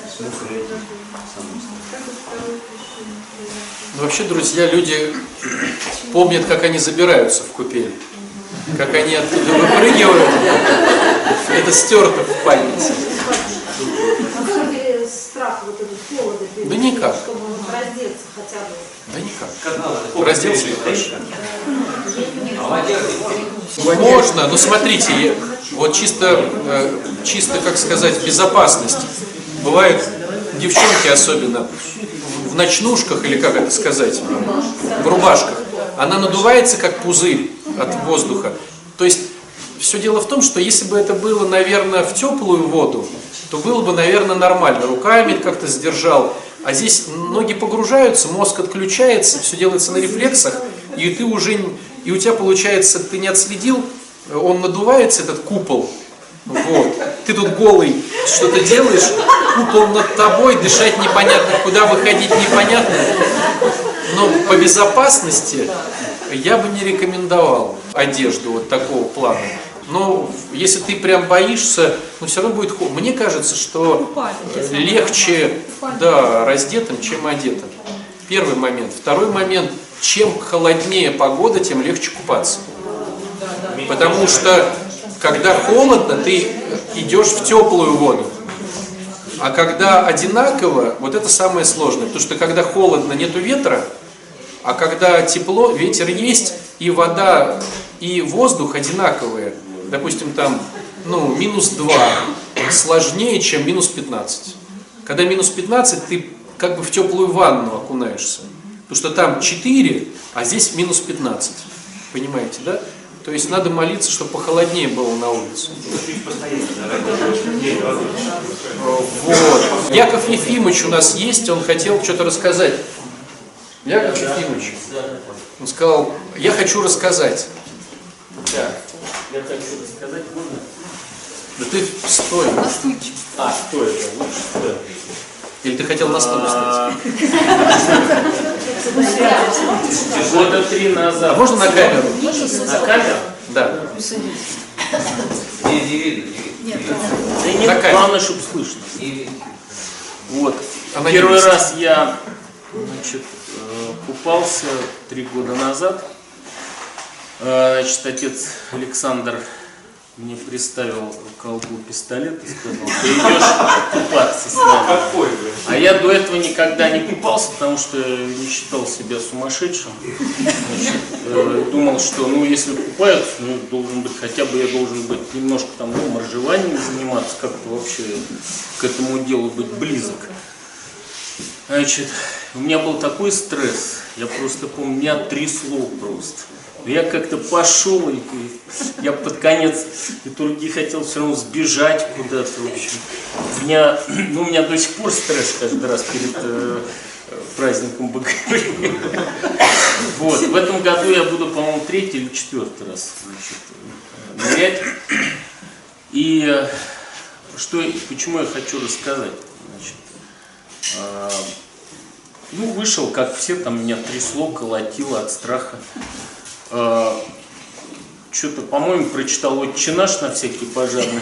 [SPEAKER 1] Вообще, друзья, люди помнят, как они забираются в купель. Как они оттуда выпрыгивают. Это стерто в памяти.
[SPEAKER 7] А как ли страх вот этот холода?
[SPEAKER 1] Да никак.
[SPEAKER 7] Чтобы раздеться хотя бы?
[SPEAKER 1] Да никак. Разделся ли хорошо? Можно, но смотрите, вот чисто, как сказать, безопасность. Бывают девчонки особенно в ночнушках, или как это сказать, в рубашках. Она надувается, как пузырь от воздуха. То есть, все дело в том, что если бы это было, наверное, в теплую воду, то было бы, наверное, нормально. Руками как-то сдержал. А здесь ноги погружаются, мозг отключается, все делается на рефлексах, и ты уже, и у тебя получается, ты не отследил, он надувается, этот купол, вот. Ты тут голый что-то делаешь, купол над тобой, дышать непонятно, куда выходить непонятно. Но по безопасности я бы не рекомендовал одежду вот такого плана. Но если ты прям боишься, все равно будет холодно. Мне кажется, что легче, раздетым, чем одетым. Первый момент. Второй момент. Чем холоднее погода, тем легче купаться. Потому что, когда холодно, ты идешь в теплую воду. А когда одинаково, вот это самое сложное. Потому что, когда холодно, нету ветра, а когда тепло, ветер есть, и вода, и воздух одинаковые. Допустим, там, -2 сложнее, чем -15. Когда -15, ты как бы в теплую ванну окунаешься. Потому что там 4, а здесь -15. Понимаете, да? То есть надо молиться, чтобы похолоднее было на улице. Вот. Яков Ефимович у нас есть, он хотел что-то рассказать. Яков Ефимович, он сказал, я хочу рассказать.
[SPEAKER 8] Да, я хочу рассказать, можно?
[SPEAKER 1] Да ты стой.
[SPEAKER 3] На стульчик.
[SPEAKER 8] Стой, да, лучше стой.
[SPEAKER 1] Или ты хотел на стол встать?
[SPEAKER 8] Года 3 назад.
[SPEAKER 1] А можно на камеру?
[SPEAKER 8] На камеру?
[SPEAKER 1] Да.
[SPEAKER 2] Не видно.
[SPEAKER 8] Да и нет, главное, чтобы слышно. Вот.
[SPEAKER 1] Она
[SPEAKER 8] Первый
[SPEAKER 1] есть.
[SPEAKER 8] раз я, купался 3 года назад. Отец Александр мне приставил к колбу пистолет и сказал, ты идешь купаться с нами. А я до этого никогда не купался, потому что не считал себя сумасшедшим. Думал, что если купаются, должен быть, хотя бы я должен быть немножко моржеванием заниматься, как-то вообще к этому делу быть близок. У меня был такой стресс, я просто помню, меня трясло просто. Я как-то пошел, и я под конец итоги хотел все равно сбежать куда-то. В общем. У меня до сих пор стресс каждый раз перед праздником БГ. Вот. В этом году я буду, по-моему, 3-й или 4-й раз нырять. И почему я хочу рассказать? Вышел, как все, меня трясло, колотило от страха. Что-то, по-моему, прочитал «Отче наш» на всякий пожарный.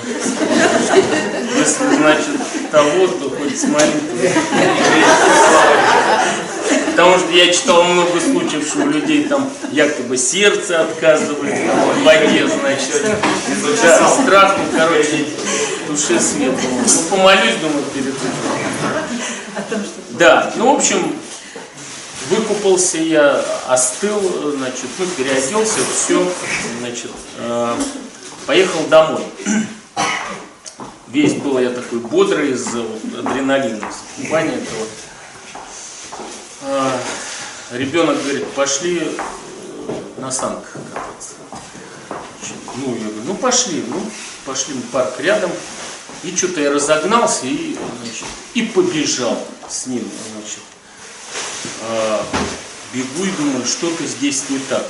[SPEAKER 8] Если, того, то хоть с молитвой. Потому что я читал много случаев, что у людей там якобы сердце отказывает в воде, значит. Да, страх, ну, короче, в душе свет. Ну, помолюсь, думаю, перед этим. Да, ну, в общем, выкупался я, остыл, значит, ну, переоделся, все, значит, поехал домой. Весь был я такой бодрый из-за адреналина, из купания этого. Ребенок говорит, пошли на санках кататься. Ну, я говорю, ну пошли в парк рядом. И что-то я разогнался и, значит, и побежал с ним, значит. Бегу и думаю, что-то здесь не так.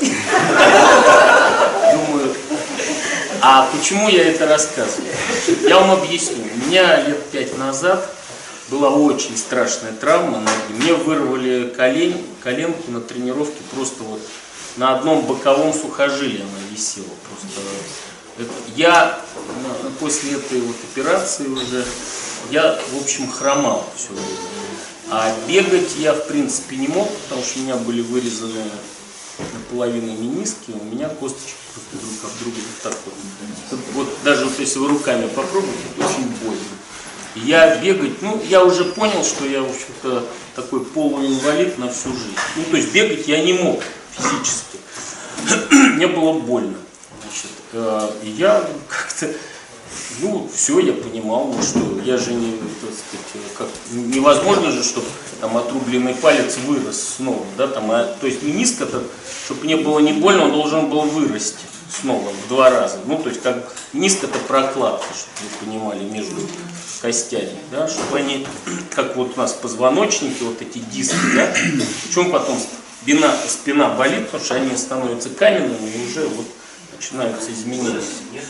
[SPEAKER 8] Думаю, а почему я это рассказываю? Я вам объясню. У меня лет 5 назад была очень страшная травма ноги. Мне вырвали коленку на тренировке, просто вот на одном боковом сухожилии она висела. Просто я после этой вот операции уже, я, в общем, хромал все время. А бегать я, в принципе, не мог, потому что у меня были вырезаны наполовину мениски, у меня косточки друг об друга вот так вот. Вот даже вот если вы руками попробуете, это очень больно. Я бегать, ну, я уже понял, что я, в общем-то, такой полуинвалид на всю жизнь. Ну, то есть бегать я не мог физически. Мне было больно. Значит, и я как-то, ну, все, я понимал, ну что, я же не, так сказать, как, невозможно же, чтобы там отрубленный палец вырос снова, да, там, то есть мениск-то, чтобы мне было не больно, он должен был вырасти снова в 2 раза. Ну, то есть, как мениск это прокладка, чтобы вы понимали, между костями, да, чтобы они, как вот у нас позвоночники, вот эти диски, да, причем потом спина болит, потому что они становятся каменными и уже вот начинаются изменения.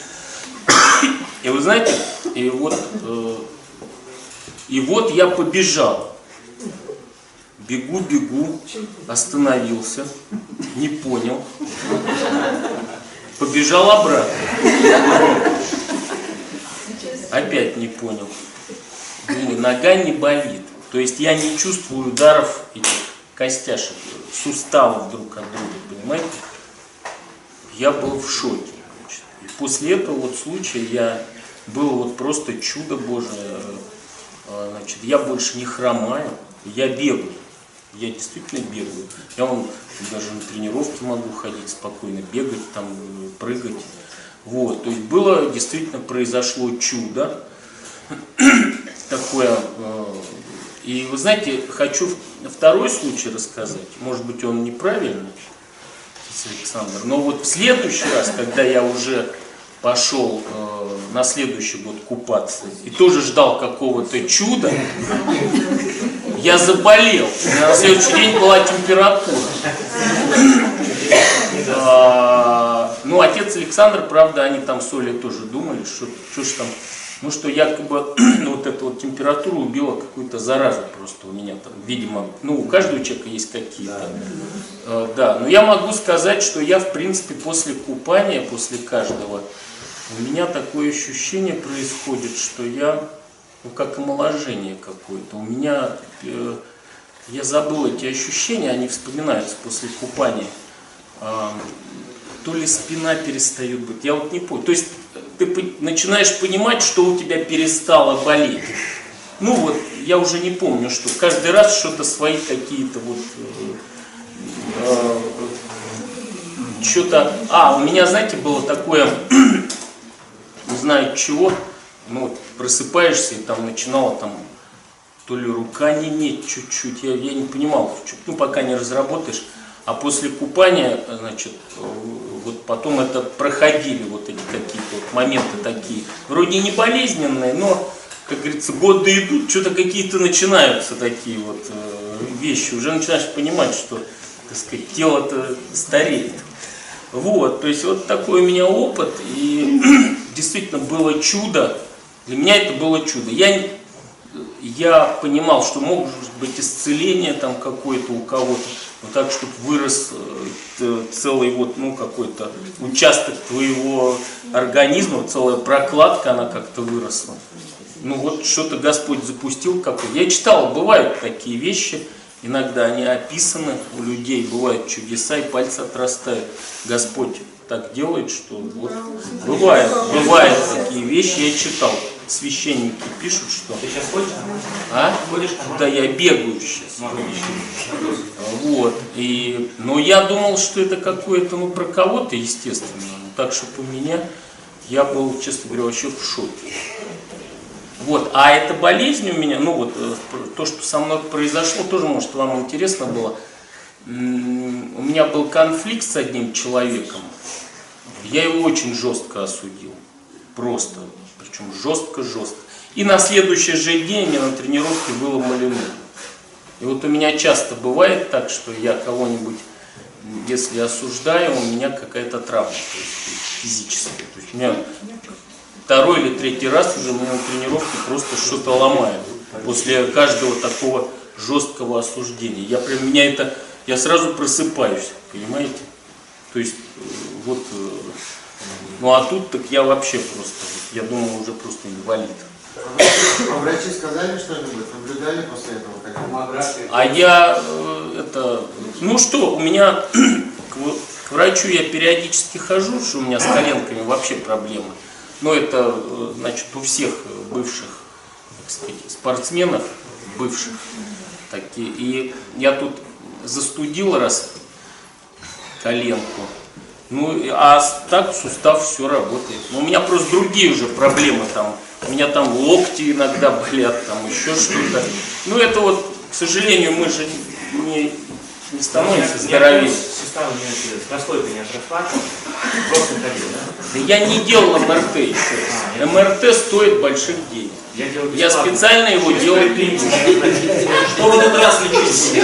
[SPEAKER 8] И вы знаете, и вот я побежал. Бегу, остановился, не понял, побежал обратно. Опять не понял. Блин, нога не болит. То есть я не чувствую ударов этих костяшек, суставов друг от друга, понимаете? Я был в шоке. И после этого вот случая было вот просто чудо Божие. Значит, я больше не хромаю, я бегаю. Я действительно бегаю. Я вон даже на тренировки могу ходить спокойно, бегать, там, прыгать. Вот, то есть было, действительно произошло чудо такое. И вы знаете, хочу второй случай рассказать. Может быть, он неправильный, Александр, но вот в следующий раз, когда я уже пошел на следующий год купаться и тоже ждал какого-то чуда, я заболел. У меня на следующий день была температура. Ну, отец Александр, правда, они там с Олей тоже думали, что ж там, ну, что якобы вот эта вот температура убила какую-то заразу просто у меня там, видимо, ну, у каждого человека есть какие-то. Да, но я могу сказать, что я, в принципе, после купания, после каждого, у меня такое ощущение происходит, что я, ну, как омоложение какое-то. У меня, я забыл эти ощущения, они вспоминаются после купания. То ли спина перестает быть, я вот не понял. То есть ты начинаешь понимать, что у тебя перестало болеть. Ну вот, я уже не помню, что каждый раз что-то свои какие-то вот, что-то... у меня, знаете, было такое, не знаю чего, ну вот, просыпаешься и там начинала там, то ли рука неметь чуть-чуть, я не понимал, ну пока не разработаешь. А после купания, значит, вот потом это проходили вот эти какие-то вот моменты такие, вроде не болезненные, но, как говорится, годы идут, что-то какие-то начинаются такие вот вещи. Уже начинаешь понимать, что, так сказать, тело-то стареет. Вот, то есть вот такой у меня опыт, и действительно было чудо. Для меня это было чудо. Я понимал, что может быть исцеление там какое-то у кого-то, но так, чтобы вырос целый вот, ну, какой-то участок твоего организма, целая прокладка, она как-то выросла. Ну вот что-то Господь запустил какой-то. Я читал, бывают такие вещи, Иногда они описаны у людей, бывают чудеса и пальцы отрастают. Господь так делает, что вот бывают такие вещи, я читал. Священники пишут, что...
[SPEAKER 4] Ты сейчас ходишь?
[SPEAKER 8] Ходишь? Да, я бегаю сейчас. Вот. Но я думал, что это какое-то, про кого-то, естественно. Так, чтобы у меня, я был, честно говоря, вообще в шоке. Вот. А эта болезнь у меня, то, что со мной произошло, тоже, может, вам интересно было. У меня был конфликт с одним человеком. Я его очень жестко осудил. Просто. Причем жестко-жестко. И на следующий же день мне на тренировке выломали ногу. И вот у меня часто бывает так, что я кого-нибудь, если осуждаю, у меня какая-то травма происходит, физическая. То есть у меня второй или третий раз уже меня на тренировке просто что-то ломает. После каждого такого жесткого осуждения. Я сразу просыпаюсь, понимаете? То есть, а тут так я вообще просто, я думал, уже просто инвалид.
[SPEAKER 5] А врачи сказали что-нибудь? Наблюдали после этого?
[SPEAKER 8] А я, у меня к врачу я периодически хожу, что у меня с коленками вообще проблемы. Но это, значит, у всех бывших, так сказать, спортсменов, бывших такие. И я тут застудил раз коленку. А так сустав все работает. Но у меня просто другие уже проблемы там. У меня там локти иногда болят, там еще что-то. К сожалению, мы же не становимся здоровее.
[SPEAKER 4] Суставы прослойка не отросла, просто ходил, да?
[SPEAKER 8] Да я не делал МРТ еще. МРТ стоит больших денег. Я специально его делал.
[SPEAKER 4] Что в этот раз лечить?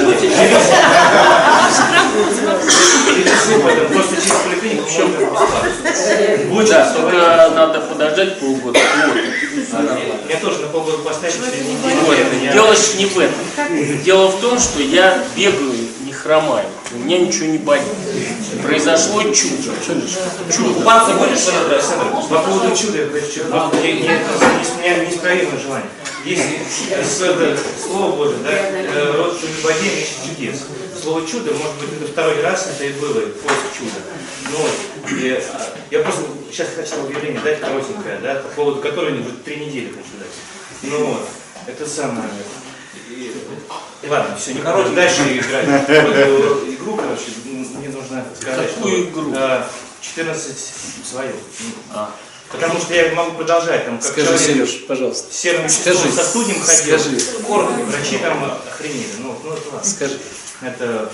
[SPEAKER 4] Просто через поликлинику будет,
[SPEAKER 8] только надо подождать полгода.
[SPEAKER 4] Мне тоже на полгода поставить через неделю.
[SPEAKER 8] Дело не в этом. Дело в том, что я бегаю, не хромаю. У меня ничего не болит. Произошло чудо.
[SPEAKER 4] Купаться будешь в этот раз? По поводу чуда, у меня неисправимое желание. Есть слово Божие, да? Род чудо-богем есть чудес. Слово чудо, может быть, это второй раз это и было, после чуда. Я просто сейчас хотел объявление дать коротенькое, да, по поводу которого уже 3 недели хочу дать. Это самое. Ладно, все, не короче, дальше играть. Игру, мне нужно сказать,
[SPEAKER 8] какую игру?
[SPEAKER 4] 14 свою. Потому что я могу продолжать, там, как
[SPEAKER 1] скажи, Сереж, пожалуйста.
[SPEAKER 4] Серым веществом со студием ходил.
[SPEAKER 1] Скажи.
[SPEAKER 4] Врачи там охренели. Это ладно.
[SPEAKER 1] Скажи.
[SPEAKER 4] Это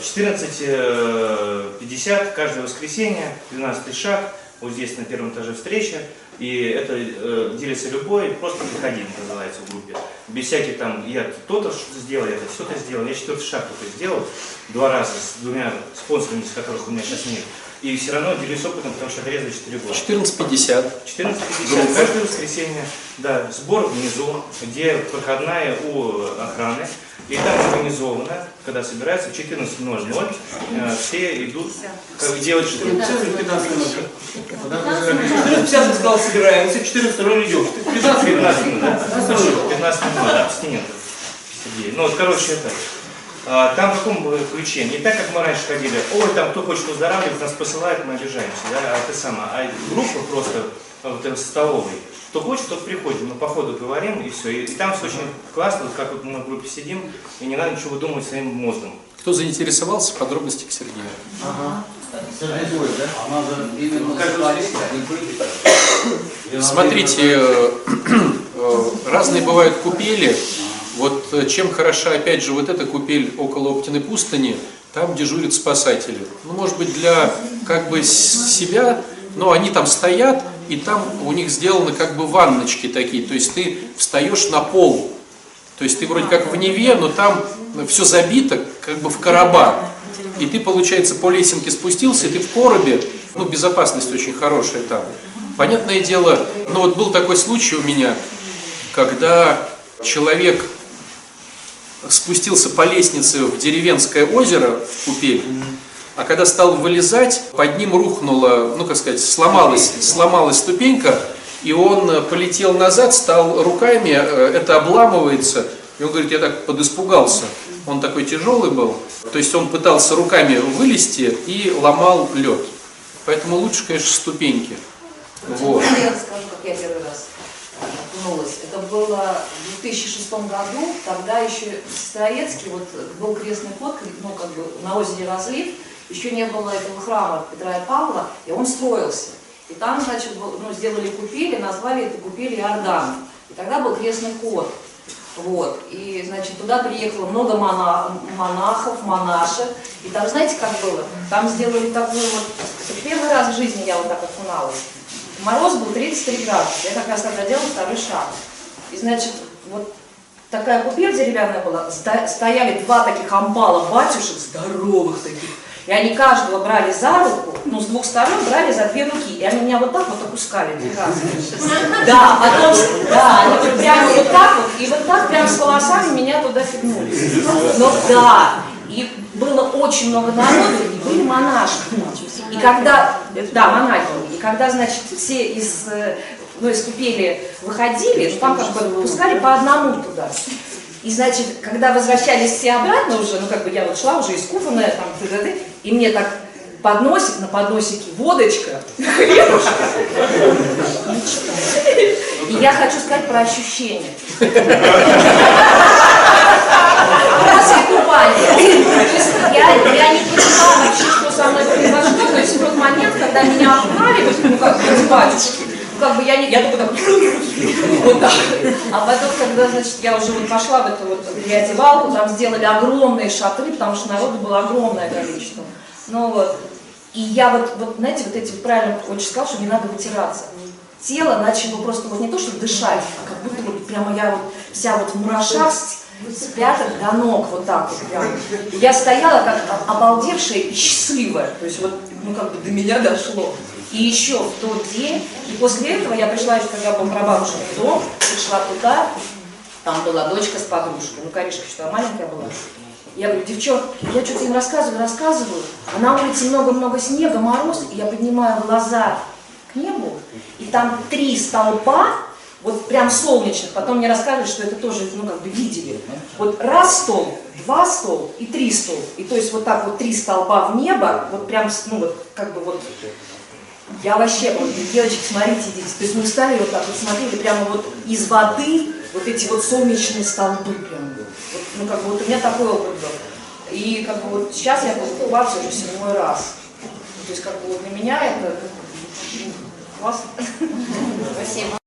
[SPEAKER 4] 14:50 каждое воскресенье, 12-й шаг. Вот здесь на первом этаже встреча. И это делится любой, просто приходи, называется в группе. Без всяких там, я то-то что-то сделал, я что-то сделал. Я 4-й шаг только сделал 2 раза с 2 спонсорами, из которых у меня сейчас нет. И все равно делюсь опытом, потому что отрезали 4 года.
[SPEAKER 1] 14:50.
[SPEAKER 4] 14:50 каждое воскресенье, да, сбор внизу, где проходная у охраны. И там организовано, когда собираются, в 14:00 все идут делать 14:15. 14:50 сказал, собираемся, 14:00 идем. 15 минут, да? 15 минут, да, абстинент. Это. Там в каком ключе? Не так, как мы раньше ходили, там кто хочет выздоравливать, нас посылает, мы обижаемся, да? А группа просто в столовой. Кто хочет, тот приходит, мы по ходу говорим и все. И там все очень классно, как мы в группе сидим, и не надо ничего выдумывать своим мозгом.
[SPEAKER 1] Кто заинтересовался, подробности к Сергею.
[SPEAKER 5] Сергей будет, да?
[SPEAKER 2] А надо именно
[SPEAKER 1] Смотрите, разные бывают купели. Вот чем хороша, опять же, вот эта купель около Оптиной пустыни, там дежурят спасатели. Может быть, для себя, но они там стоят, и там у них сделаны ванночки такие, то есть ты встаешь на пол. То есть ты вроде как в Неве, но там все забито, в короба. И ты, получается, по лесенке спустился, и ты в коробе, безопасность очень хорошая там. Понятное дело, был такой случай у меня, когда человек спустился по лестнице в деревенское озеро, в купель, а когда стал вылезать, под ним рухнула, сломалась ступенька, и он полетел назад, стал руками, это обламывается, и он говорит, я так подиспугался. Он такой тяжелый был. То есть он пытался руками вылезти и ломал лед. Поэтому лучше, конечно, ступеньки. Вот.
[SPEAKER 3] Я расскажу, как я первый раз окунулась. Это было в 2006 году, тогда еще в Сестрорецке вот был крестный ход, ну, как бы на озере Разлив, еще не было этого храма Петра и Павла, и он строился. И там, значит, ну, сделали купели, назвали это купели Иордан. И тогда был крестный ход. Вот. И, значит, туда приехало много монахов, монашек. И там, знаете, как было? Там сделали такую вот... Первый раз в жизни я вот так окуналась. Мороз был 33 градуса. Я как раз тогда делала второй шаг. И, значит, вот такая купель деревянная была. Стояли два таких амбала батюшек, здоровых таких. И они каждого брали за руку, ну, с двух сторон брали за две руки. И они меня вот так вот опускали 2 раза. Да, потом, да, они вот прямо вот так вот, и вот так прямо с волосами меня туда фигнули. Ну, да, и было очень много народу, и были монашки. И когда, да, монахи, и когда, значит, все из купели выходили, ну, там как бы пускали по одному туда. И, значит, когда возвращались все обратно уже, ну, как бы я вот шла уже искупанная, там, и мне так подносик, на подносике водочка, хлебушка. И я хочу сказать про ощущения. После купания. То есть я не понимала вообще, что со мной произошло, то есть в тот момент, когда меня окунали, ну, как бы, с батюшки, как бы я только так, вот так. А потом, когда, значит, я уже вот пошла в эту вот переодевалку, там сделали огромные шатры, потому что народу было огромное количество. Ну вот. И я вот знаете, вот эти правильно очень сказал, что не надо вытираться. Тело начало просто вот не то, что дышать, а как будто вот прямо я вот вся вот в мурашах с пяток до ног, вот так вот прям. И я стояла как обалдевшая и счастливая. То есть вот, ну как бы до меня дошло. И еще в тот день, и после этого я пришла, еще когда был прабабушкин дом, пришла туда, там была дочка с подружкой, ну, Каришка еще маленькая была. Я говорю, девчонки, я что-то им рассказываю, а на улице много-много снега, мороз, и я поднимаю глаза к небу, и там 3 столпа, вот прям солнечных, потом мне рассказывали, что это тоже, ну, как бы видели. Вот раз столб, 2 столб и 3 столб, и то есть вот так вот 3 столба в небо, вот прям, ну, вот, как бы вот... Я вообще, вот, девочки, смотрите, идите. То есть мы стали вот так вот смотрели, прямо вот из воды, вот эти вот солнечные столбы прям. Вот, ну, как бы вот у меня такой опыт был. И как бы вот сейчас я буду купаться уже 7-й раз. То есть как бы вот для меня это классно. Спасибо.